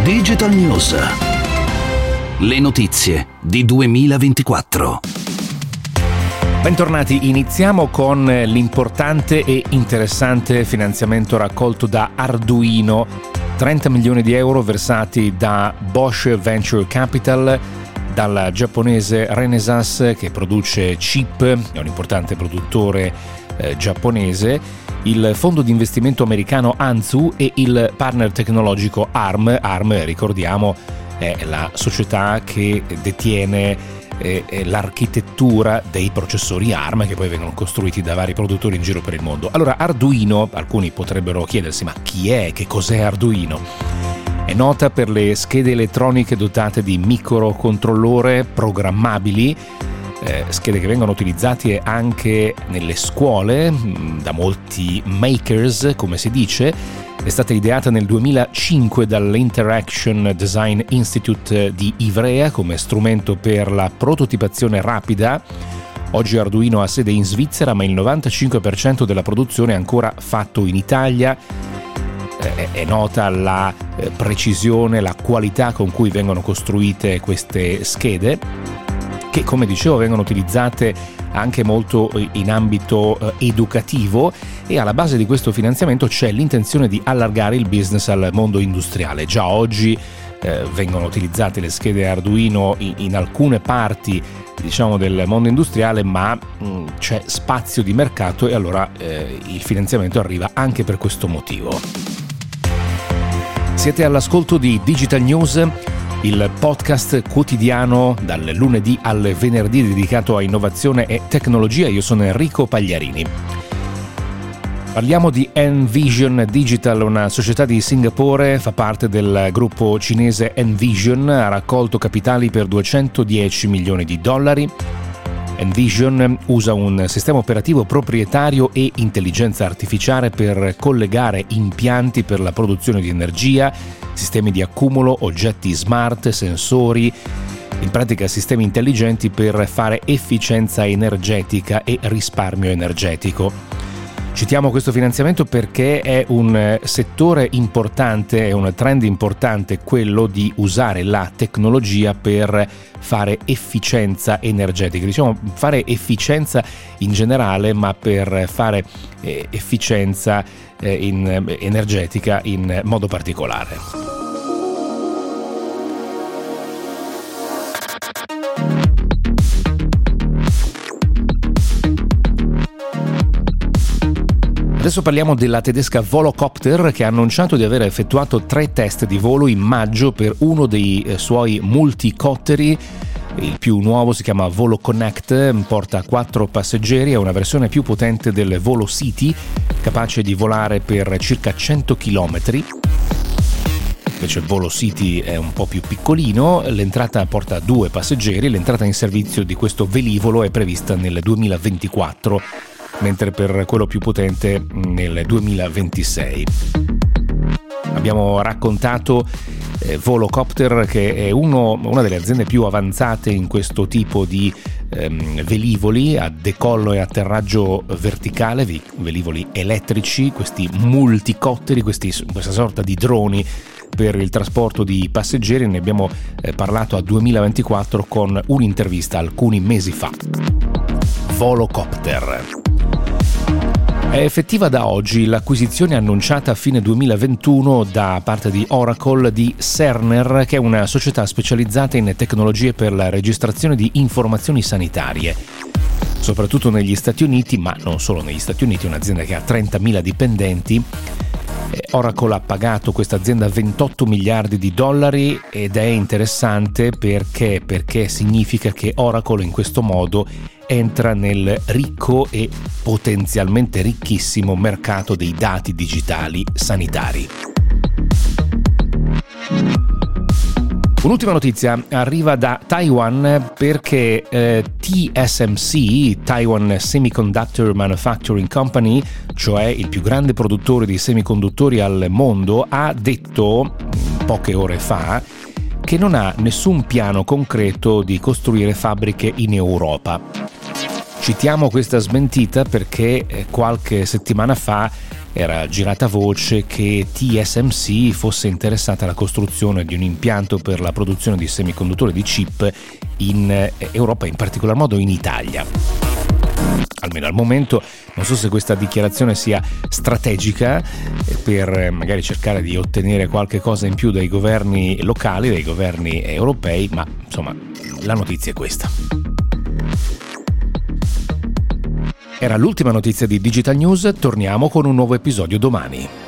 Digital News. Le notizie di 2024. Bentornati, iniziamo con l'importante e interessante finanziamento raccolto da Arduino. 30 milioni di euro versati da Bosch Venture Capital, dal giapponese Renesas che produce chip, è un importante produttore giapponese, il fondo di investimento americano Anzu e il partner tecnologico ARM. ARM, ricordiamo, è la società che detiene l'architettura dei processori ARM che poi vengono costruiti da vari produttori in giro per il mondo. Allora, Arduino, alcuni potrebbero chiedersi: ma chi è? Che cos'è Arduino? È nota per le schede elettroniche dotate di microcontrollore programmabili, schede che vengono utilizzate anche nelle scuole da molti makers, come si dice. È stata ideata nel 2005 dall'Interaction Design Institute di Ivrea come strumento per la prototipazione rapida. Oggi Arduino ha sede in Svizzera, ma il 95% della produzione è ancora fatto in Italia. È nota la precisione, la qualità con cui vengono costruite queste schede, che, come dicevo, vengono utilizzate anche molto in ambito educativo, e alla base di questo finanziamento c'è l'intenzione di allargare il business al mondo industriale. Già oggi vengono utilizzate le schede Arduino in alcune parti, diciamo, del mondo industriale, ma c'è spazio di mercato e allora il finanziamento arriva anche per questo motivo. Siete all'ascolto di Digital News, il podcast quotidiano dal lunedì al venerdì dedicato a innovazione e tecnologia. Io sono Enrico Pagliarini. Parliamo di Envision Digital, una società di Singapore, fa parte del gruppo cinese Envision, ha raccolto capitali per 210 milioni di dollari. Envision usa un sistema operativo proprietario e intelligenza artificiale per collegare impianti per la produzione di energia, sistemi di accumulo, oggetti smart, sensori, in pratica sistemi intelligenti per fare efficienza energetica e risparmio energetico. Citiamo questo finanziamento perché è un settore importante, è un trend importante quello di usare la tecnologia per fare efficienza energetica. Diciamo fare efficienza in generale, ma per fare efficienza energetica in modo particolare. Adesso parliamo della tedesca Volocopter, che ha annunciato di aver effettuato 3 test di volo in maggio per uno dei suoi multicotteri. Il più nuovo si chiama Volo Connect, porta 4 passeggeri, è una versione più potente del Volo City, capace di volare per circa 100 km. Invece il Volo City è un po' più piccolino, l'entrata porta 2 passeggeri, l'entrata in servizio di questo velivolo è prevista nel 2024. Mentre per quello più potente nel 2026. Abbiamo raccontato Volocopter, che è una delle aziende più avanzate in questo tipo di velivoli a decollo e atterraggio verticale, velivoli elettrici, questi multicotteri, questa sorta di droni per il trasporto di passeggeri. Ne abbiamo parlato a 2024 con un'intervista alcuni mesi fa. Volocopter. È effettiva da oggi l'acquisizione annunciata a fine 2021 da parte di Oracle di Cerner, che è una società specializzata in tecnologie per la registrazione di informazioni sanitarie, soprattutto negli Stati Uniti, ma non solo negli Stati Uniti. È un'azienda che ha 30.000 dipendenti. Oracle ha pagato questa azienda 28 miliardi di dollari ed è interessante perché significa che Oracle in questo modo entra nel ricco e potenzialmente ricchissimo mercato dei dati digitali sanitari. Un'ultima notizia arriva da Taiwan perché TSMC, Taiwan Semiconductor Manufacturing Company, cioè il più grande produttore di semiconduttori al mondo, ha detto poche ore fa che non ha nessun piano concreto di costruire fabbriche in Europa. Citiamo questa smentita perché qualche settimana fa era girata voce che TSMC fosse interessata alla costruzione di un impianto per la produzione di semiconduttori di chip in Europa, in particolar modo in Italia. Almeno al momento. Non so se questa dichiarazione sia strategica per magari cercare di ottenere qualche cosa in più dai governi locali, dai governi europei, ma insomma la notizia è questa. Era l'ultima notizia di Digital News, torniamo con un nuovo episodio domani.